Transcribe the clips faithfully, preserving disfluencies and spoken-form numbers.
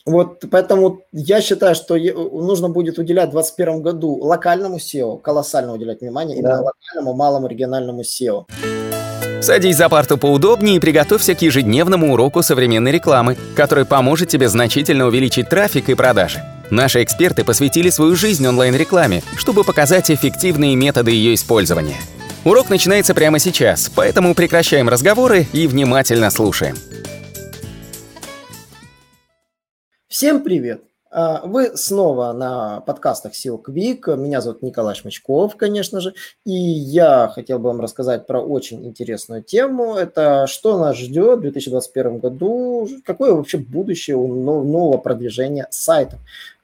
Вот поэтому я считаю, что нужно будет уделять в двадцать первом году локальному сео, колоссально уделять внимание именно Да. локальному, малому региональному сео. Садись за парту поудобнее и приготовься к ежедневному уроку современной рекламы, который поможет тебе значительно увеличить трафик и продажи. Наши эксперты посвятили свою жизнь онлайн-рекламе, чтобы показать эффективные методы ее использования. Урок начинается прямо сейчас, поэтому прекращаем разговоры и внимательно слушаем. Всем привет! Вы снова на подкастах сео Quick. Меня зовут Николай Шмычков, конечно же. И я хотел бы вам рассказать про очень интересную тему. Это что нас ждет в две тысячи двадцать первом году, какое вообще будущее у нового продвижения сайтов.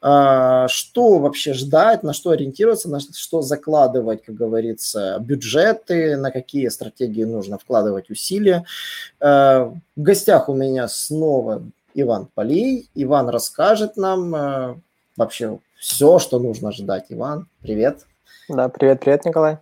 Что вообще ждать, на что ориентироваться, на что закладывать, как говорится, бюджеты, на какие стратегии нужно вкладывать усилия. В гостях у меня снова Иван Полей. Иван расскажет нам э, вообще все, что нужно ждать. Иван, привет. Да, привет, привет, Николай.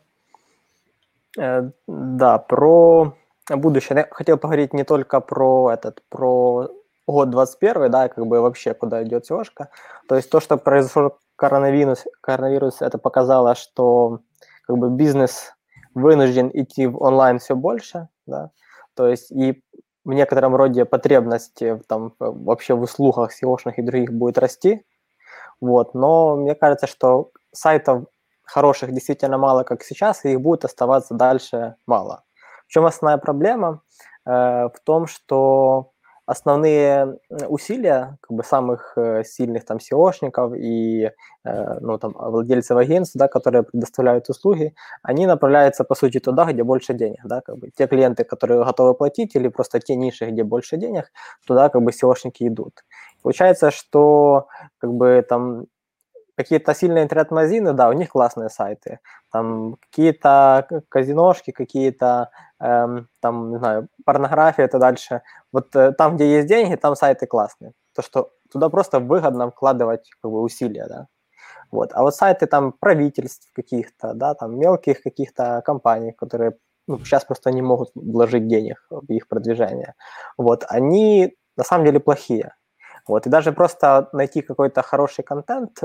Э, да, про будущее. Я хотел поговорить не только про этот, про год двадцать первый, да, как бы вообще куда идет сеошка. То есть то, что произошел коронавирус, коронавирус, это показало, что как бы бизнес вынужден идти в онлайн все больше, да. То есть и в некотором роде потребность там вообще в услугах сеошных и других будет расти, вот, но мне кажется, что сайтов хороших действительно мало, как сейчас, и их будет оставаться дальше мало. В чем основная проблема? Э, в том, что основные усилия как бы самых сильных там сеошников и э, ну, там, владельцев агентств, да, которые предоставляют услуги, они направляются, по сути, туда, где больше денег. Да, как бы те клиенты, которые готовы платить, или просто те ниши, где больше денег, туда как бы сеошники идут. Получается, что как бы там какие-то сильные интернет-магазины, да, у них классные сайты. Там какие-то казиношки, какие-то эм, там, не знаю, порнография и так дальше. Вот э, там, где есть деньги, там сайты классные. То, что туда просто выгодно вкладывать как бы усилия, да. Вот. А вот сайты там правительств каких-то, да, там мелких каких-то компаний, которые ну, сейчас просто не могут вложить денег в их продвижение, вот, они на самом деле плохие. Вот, и даже просто найти какой-то хороший контент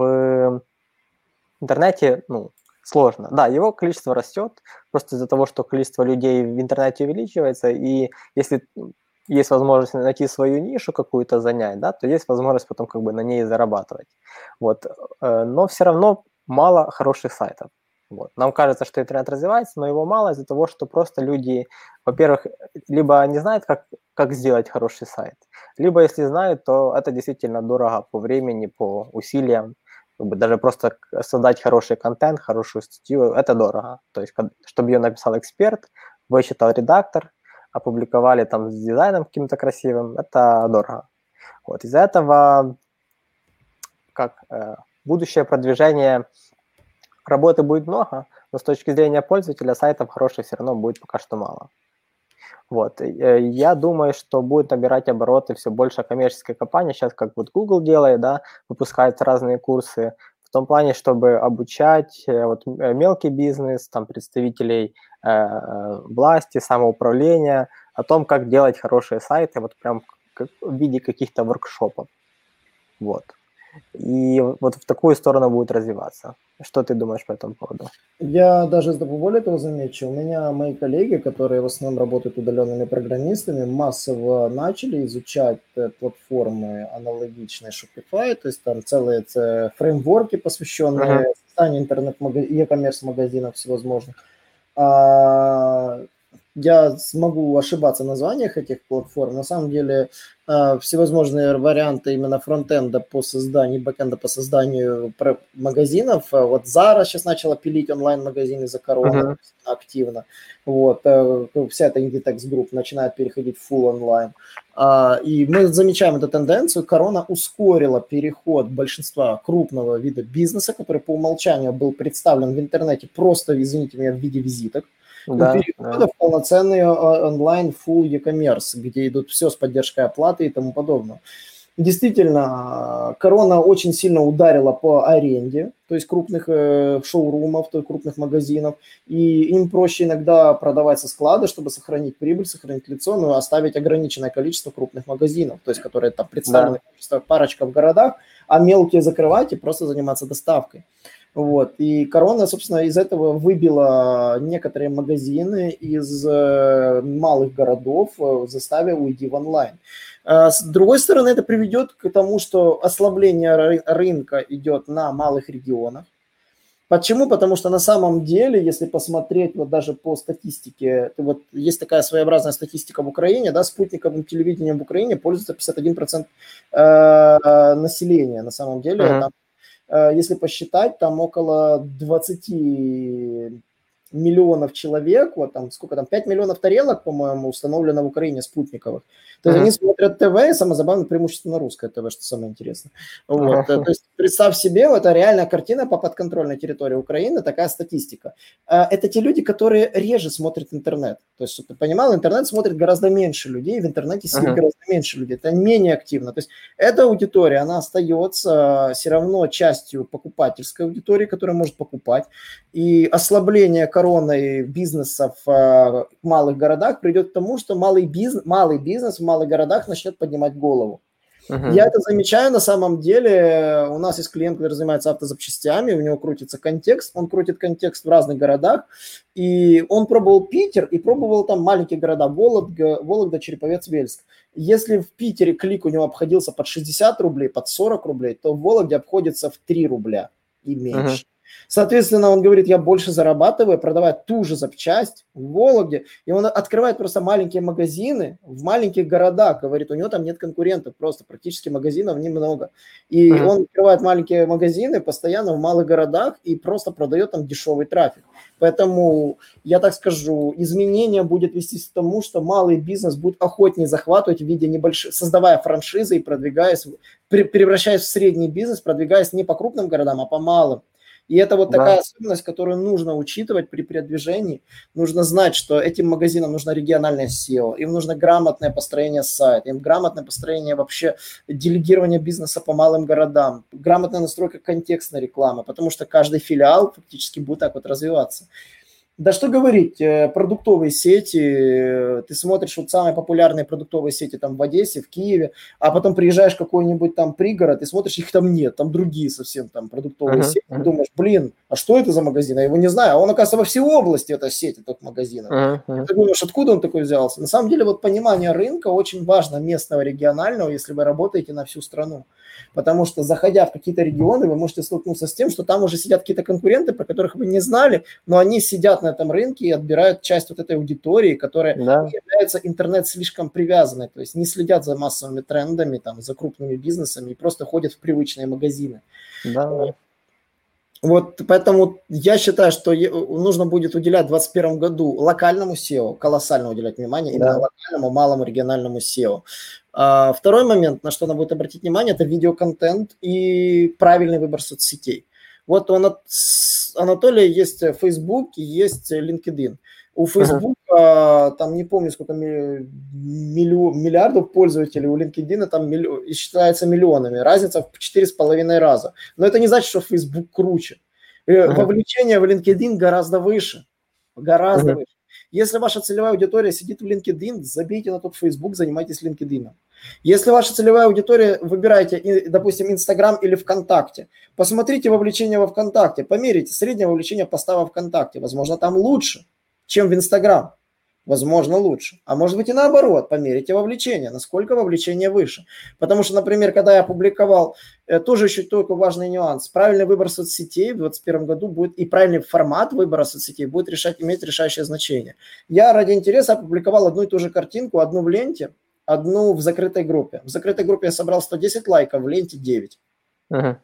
в интернете, ну, сложно. Да, его количество растет, просто из-за того, что количество людей в интернете увеличивается, и если есть возможность найти свою нишу какую-то занять, да, то есть возможность потом как бы на ней зарабатывать. Вот, но все равно мало хороших сайтов. Вот. Нам кажется, что интернет развивается, но его мало из-за того, что просто люди, во-первых, либо не знают, как, как сделать хороший сайт, либо если знают, то это действительно дорого по времени, по усилиям. Как бы даже просто создать хороший контент, хорошую статью, это дорого. То есть, чтобы ее написал эксперт, вычитал редактор, опубликовали там с дизайном каким-то красивым, это дорого. Вот. Из-за этого как э, будущее продвижение работы будет много, но с точки зрения пользователя сайтов хороших все равно будет пока что мало. Вот. Я думаю, что будет набирать обороты все больше коммерческой компании, сейчас как вот Google делает, да, выпускает разные курсы, в том плане, чтобы обучать вот, мелкий бизнес, там, представителей э, власти, самоуправления, о том, как делать хорошие сайты, вот прям как, в виде каких-то воркшопов. Вот. И вот в такую сторону будет развиваться. Что ты думаешь по этому поводу? Я даже более того замечу, у меня мои коллеги, которые в основном работают удаленными программистами, массово начали изучать платформы аналогичные Shopify, то есть там целые фреймворки, посвященные uh-huh. созданию интернет-магазинов, e-commerce магазинов всевозможных. А, я смогу ошибаться в названиях этих платформ. На самом деле всевозможные варианты именно фронтенда по созданию, бэкенда по созданию магазинов. Вот Zara сейчас начала пилить онлайн-магазины за корону uh-huh. активно. Вот. Вся эта Inditex Group начинает переходить в full онлайн. И мы замечаем эту тенденцию. Корона ускорила переход большинства крупного вида бизнеса, который по умолчанию был представлен в интернете просто, извините меня, в виде визиток. Да, перехода да. в полноценный онлайн full e-commerce, где идут все с поддержкой оплаты и тому подобное. Действительно, корона очень сильно ударила по аренде, то есть крупных э, шоурумов, то есть крупных магазинов, и им проще иногда продавать со склада, чтобы сохранить прибыль, сохранить лицо, но оставить ограниченное количество крупных магазинов, то есть которые там представлены да. парочка в городах, а мелкие закрывать и просто заниматься доставкой. Вот. И корона, собственно, из этого выбила некоторые магазины из э, малых городов, э, заставив уйти в онлайн. С другой стороны, это приведет к тому, что ослабление рынка идет на малых регионах. Почему? Потому что на самом деле, если посмотреть вот даже по статистике, вот есть такая своеобразная статистика в Украине, да, спутниковым телевидением в Украине пользуется пятьдесят один процент э, населения. На самом деле, uh-huh. там, э, если посчитать, там около двадцать миллионов человек, вот там сколько там, пять миллионов тарелок, по-моему, установлено в Украине спутниковых. То есть uh-huh. они смотрят ТВ, и самое забавное, преимущественно русское ТВ, что самое интересное. Вот. Uh-huh. То есть представь себе, это реальная картина по подконтрольной территории Украины, такая статистика. Это те люди, которые реже смотрят интернет. То есть, чтобы ты понимал, интернет смотрит гораздо меньше людей, в интернете сидит uh-huh. гораздо меньше людей. Это менее активно. То есть эта аудитория, она остается все равно частью покупательской аудитории, которая может покупать. И ослабление короной бизнеса в малых городах придет к тому, что малый бизнес, малый бизнес в малых городах начнет поднимать голову. Uh-huh. Я это замечаю на самом деле. У нас есть клиент, который занимается автозапчастями, у него крутится контекст, он крутит контекст в разных городах, и он пробовал Питер и пробовал там маленькие города, Вологда, Вологда, Череповец, Вельск. Если в Питере клик у него обходился под шестьдесят рублей, под сорок рублей, то в Вологде обходится в три рубля и меньше. Uh-huh. Соответственно, он говорит, я больше зарабатываю, продавая ту же запчасть в Вологде, и он открывает просто маленькие магазины в маленьких городах, говорит, у него там нет конкурентов, просто практически магазинов немного. И uh-huh. он открывает маленькие магазины постоянно в малых городах и просто продает там дешевый трафик. Поэтому, я так скажу, изменение будет вестись к тому, что малый бизнес будет охотнее захватывать в виде небольших, создавая франшизы и продвигаясь, превращаясь в средний бизнес, продвигаясь не по крупным городам, а по малым. И это вот да. такая особенность, которую нужно учитывать при передвижении. Нужно знать, что этим магазинам нужно региональное сео, им нужно грамотное построение сайта, им грамотное построение вообще делегирования бизнеса по малым городам, грамотная настройка контекстной рекламы, потому что каждый филиал фактически будет так вот развиваться. Да что говорить, продуктовые сети, ты смотришь вот самые популярные продуктовые сети там в Одессе, в Киеве, а потом приезжаешь в какой-нибудь там пригород и смотришь, их там нет, там другие совсем там продуктовые uh-huh, сети, uh-huh. и думаешь, блин, а что это за магазин? Я его не знаю, а он, оказывается, во всей области, эта сеть этих магазинов. Uh-huh. Ты думаешь, откуда он такой взялся? На самом деле вот понимание рынка очень важно, местного, регионального, если вы работаете на всю страну. Потому что, заходя в какие-то регионы, вы можете столкнуться с тем, что там уже сидят какие-то конкуренты, про которых вы не знали, но они сидят на этом рынке и отбирают часть вот этой аудитории, которая да. является интернет слишком привязанной, то есть не следят за массовыми трендами, там, за крупными бизнесами и просто ходят в привычные магазины. Да. Вот поэтому я считаю, что нужно будет уделять в двадцать первом году локальному сео, колоссально уделять внимание именно да. локальному, малому, региональному сео. А, второй момент, на что надо будет обратить внимание, это видеоконтент и правильный выбор соцсетей. Вот у Анатолия есть Facebook и есть LinkedIn. У Facebook uh-huh. там не помню сколько миллион, миллиардов пользователей, у LinkedIn там миллион, считается миллионами. Разница в четыре с половиной раза. Но это не значит, что Facebook круче. Uh-huh. Вовлечение в LinkedIn гораздо выше. Гораздо uh-huh. выше. Если ваша целевая аудитория сидит в LinkedIn, забейте на тот Facebook, занимайтесь LinkedIn. Если ваша целевая аудитория, выбирайте, допустим, Instagram или ВКонтакте, посмотрите вовлечение во ВКонтакте, померите среднее вовлечение поста во ВКонтакте. Возможно, там лучше, чем в Instagram. Возможно, лучше. А может быть и наоборот, померите вовлечение, насколько вовлечение выше. Потому что, например, когда я опубликовал, тоже еще только важный нюанс, правильный выбор соцсетей в двадцать первом году будет, и правильный формат выбора соцсетей будет решать, иметь решающее значение. Я ради интереса опубликовал одну и ту же картинку, одну в ленте, одну в закрытой группе. В закрытой группе я собрал сто десять лайков, в ленте девять. Uh-huh.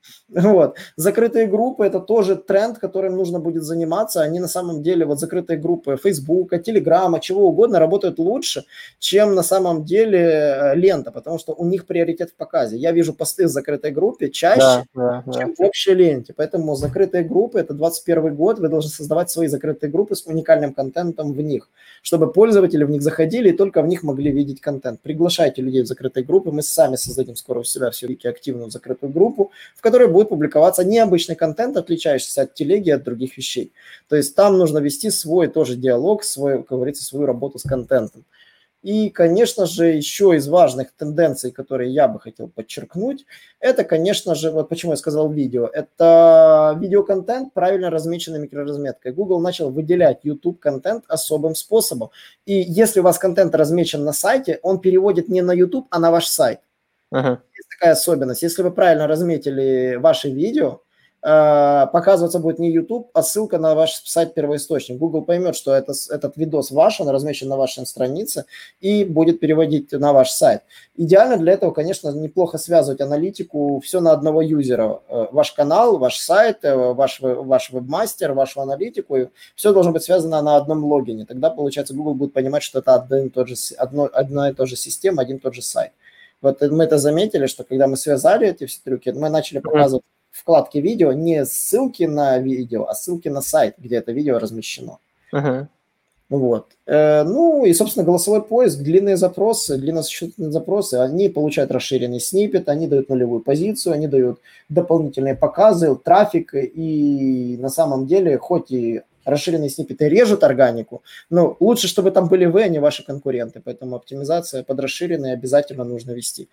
Вот. Закрытые группы – это тоже тренд, которым нужно будет заниматься. Они на самом деле, вот закрытые группы Фейсбука, Телеграма, чего угодно, работают лучше, чем на самом деле лента, потому что у них приоритет в показе. Я вижу посты в закрытой группе чаще, да, да, чем да. в общей ленте. Поэтому закрытые группы – это двадцать первый год, вы должны создавать свои закрытые группы с уникальным контентом в них, чтобы пользователи в них заходили и только в них могли видеть контент. Приглашайте людей в закрытые группы, мы сами создадим скоро у себя все вики активную закрытую группу, в которой будет публиковаться необычный контент, отличающийся от телеги и от других вещей. То есть там нужно вести свой тоже диалог, свой, как говорится, свою работу с контентом. И, конечно же, еще из важных тенденций, которые я бы хотел подчеркнуть, это, конечно же, вот почему я сказал видео, это видеоконтент, правильно размеченный микроразметкой. Google начал выделять YouTube-контент особым способом. И если у вас контент размечен на сайте, он переводит не на YouTube, а на ваш сайт. Uh-huh. Есть такая особенность. Если вы правильно разметили ваши видео, показываться будет не YouTube, а ссылка на ваш сайт-первоисточник. Google поймет, что это, этот видос ваш, он размещен на вашей странице и будет переводить на ваш сайт. Идеально для этого, конечно, неплохо связывать аналитику все на одного юзера. Ваш канал, ваш сайт, ваш, ваш вебмастер, вашу аналитику, все должно быть связано на одном логине. Тогда, получается, Google будет понимать, что это один и тот же, одно, одна и та же система, один и тот же сайт. Вот мы это заметили, что когда мы связали эти все трюки, мы начали показывать вкладке видео не ссылки на видео, а ссылки на сайт, где это видео размещено. Uh-huh. Вот. Э, ну и, собственно, голосовой поиск, длинные запросы, длинносочетанные запросы, они получают расширенный сниппет, они дают нулевую позицию, они дают дополнительные показы, трафик, и на самом деле, хоть и расширенные сниппеты режут органику, но лучше, чтобы там были вы, а не ваши конкуренты, поэтому оптимизация под расширенные обязательно нужно вести.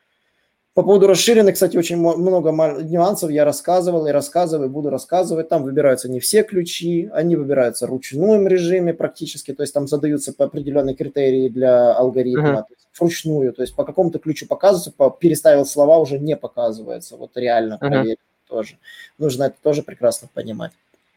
По поводу расширенных, кстати, очень много нюансов я рассказывал и рассказываю, буду рассказывать. Там выбираются не все ключи, они выбираются в ручном режиме практически, то есть там задаются по определенные критерии для алгоритма, uh-huh. то есть вручную, то есть по какому-то ключу показывается, по, переставил слова, уже не показывается, вот реально uh-huh. проверить тоже. Нужно это тоже прекрасно понимать.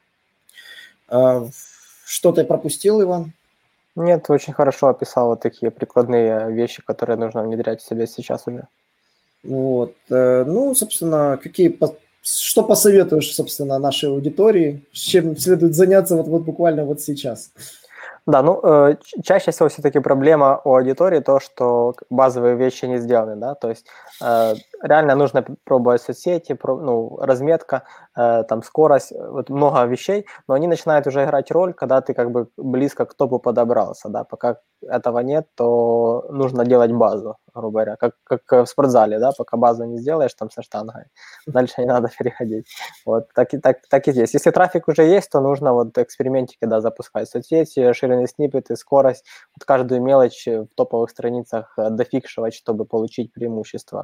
Что-то я пропустил, Иван? Нет, очень хорошо описал вот такие прикладные вещи, которые нужно внедрять в себя сейчас уже. Вот. Ну, собственно, какие, что посоветуешь, собственно, нашей аудитории, с чем следует заняться вот, вот буквально вот сейчас? Да, ну, э, чаще всего все-таки проблема у аудитории то, что базовые вещи не сделаны, да, то есть э, реально нужно пробовать соцсети, про, ну, разметка, э, там, скорость, вот много вещей, но они начинают уже играть роль, когда ты как бы близко к топу подобрался, да, пока этого нет, то нужно делать базу, грубо говоря, как, как в спортзале, да, пока базу не сделаешь там со штангой, дальше не надо переходить, вот, так и, так, так и здесь. Если трафик уже есть, то нужно вот экспериментики, да, запускать, соцсети, расширенные сниппеты, скорость, вот каждую мелочь в топовых страницах дофикшивать, чтобы получить преимущество.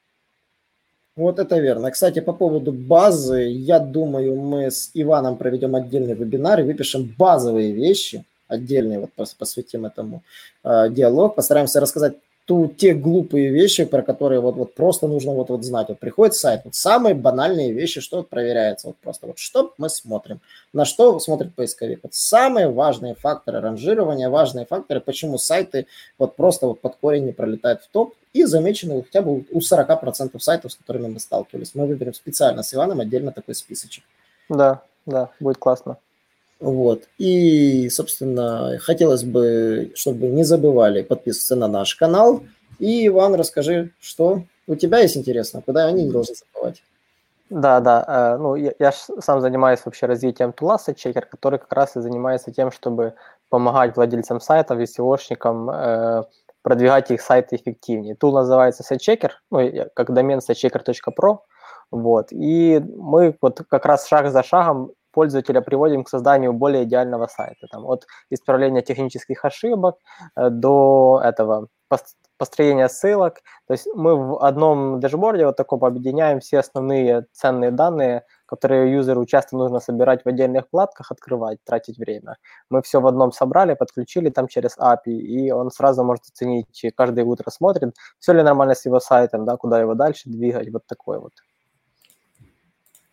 Вот это верно. Кстати, по поводу базы, я думаю, мы с Иваном проведем отдельный вебинар и выпишем базовые вещи, отдельный вот посвятим этому э, диалог, постараемся рассказать ту, те глупые вещи, про которые вот, вот просто нужно вот, вот знать. Вот приходит сайт, вот самые банальные вещи, что вот проверяется, вот просто вот что мы смотрим, на что смотрит поисковик. Вот самые важные факторы ранжирования, важные факторы, почему сайты вот просто вот под корень не пролетают в топ, и замечены хотя бы у сорок процентов сайтов, с которыми мы сталкивались. Мы выберем специально с Иваном отдельно такой списочек. Да, да, будет классно. Вот. И, собственно, хотелось бы, чтобы не забывали подписываться на наш канал. И, Иван, расскажи, что у тебя есть интересно, куда они не должны забывать. Да, да. Ну, я, я сам занимаюсь вообще развитием тула SiteChecker, который как раз и занимается тем, чтобы помогать владельцам сайтов и сеошникам э, продвигать их сайты эффективнее. Тул называется SiteChecker, ну, как домен sitechecker точка про. Вот. И мы вот как раз шаг за шагом пользователя приводим к созданию более идеального сайта. Там, от исправления технических ошибок э, до этого построения ссылок. То есть мы в одном дашборде вот таком объединяем все основные ценные данные, которые юзеру часто нужно собирать в отдельных вкладках, открывать, тратить время. Мы все в одном собрали, подключили там через эй пи ай, и он сразу может оценить, каждое утро смотрит, все ли нормально с его сайтом, да, куда его дальше двигать, вот такой вот.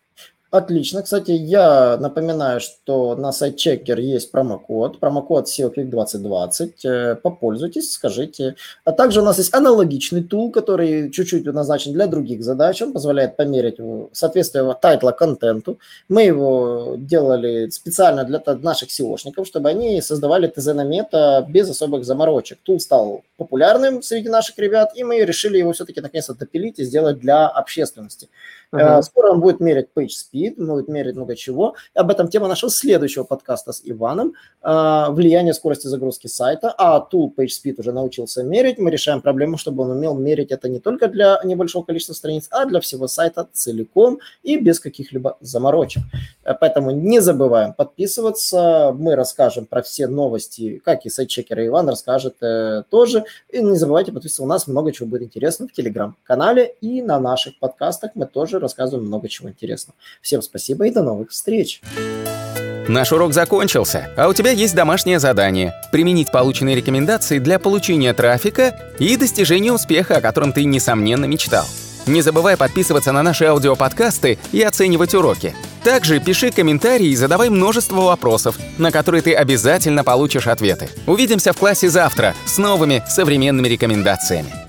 Отлично. Кстати, я напоминаю, что на SiteChecker есть промокод. Промокод сео квик двадцать двадцать. Попользуйтесь, скажите. А также у нас есть аналогичный тул, который чуть-чуть назначен для других задач. Он позволяет померить соответствие тайтла контенту. Мы его делали специально для наших сеошников, чтобы они создавали ТЗ на мета без особых заморочек. Тул стал популярным среди наших ребят, и мы решили его все-таки наконец-то допилить и сделать для общественности. Uh-huh. Скоро он будет мерить PageSpeed, будет мерить много чего. Об этом тема нашего следующего подкаста с Иваном. Влияние скорости загрузки сайта. А тул PageSpeed уже научился мерить. Мы решаем проблему, чтобы он умел мерить это не только для небольшого количества страниц, а для всего сайта целиком и без каких-либо заморочек. Поэтому не забываем подписываться. Мы расскажем про все новости, как и SiteChecker, и Иван расскажет тоже. И не забывайте подписываться. У нас много чего будет интересного в Телеграм-канале и на наших подкастах. Мы тоже рассказываем много чего интересного. Всем спасибо и до новых встреч! Наш урок закончился, а у тебя есть домашнее задание – применить полученные рекомендации для получения трафика и достижения успеха, о котором ты, несомненно, мечтал. Не забывай подписываться на наши аудиоподкасты и оценивать уроки. Также пиши комментарии и задавай множество вопросов, на которые ты обязательно получишь ответы. Увидимся в классе завтра с новыми современными рекомендациями.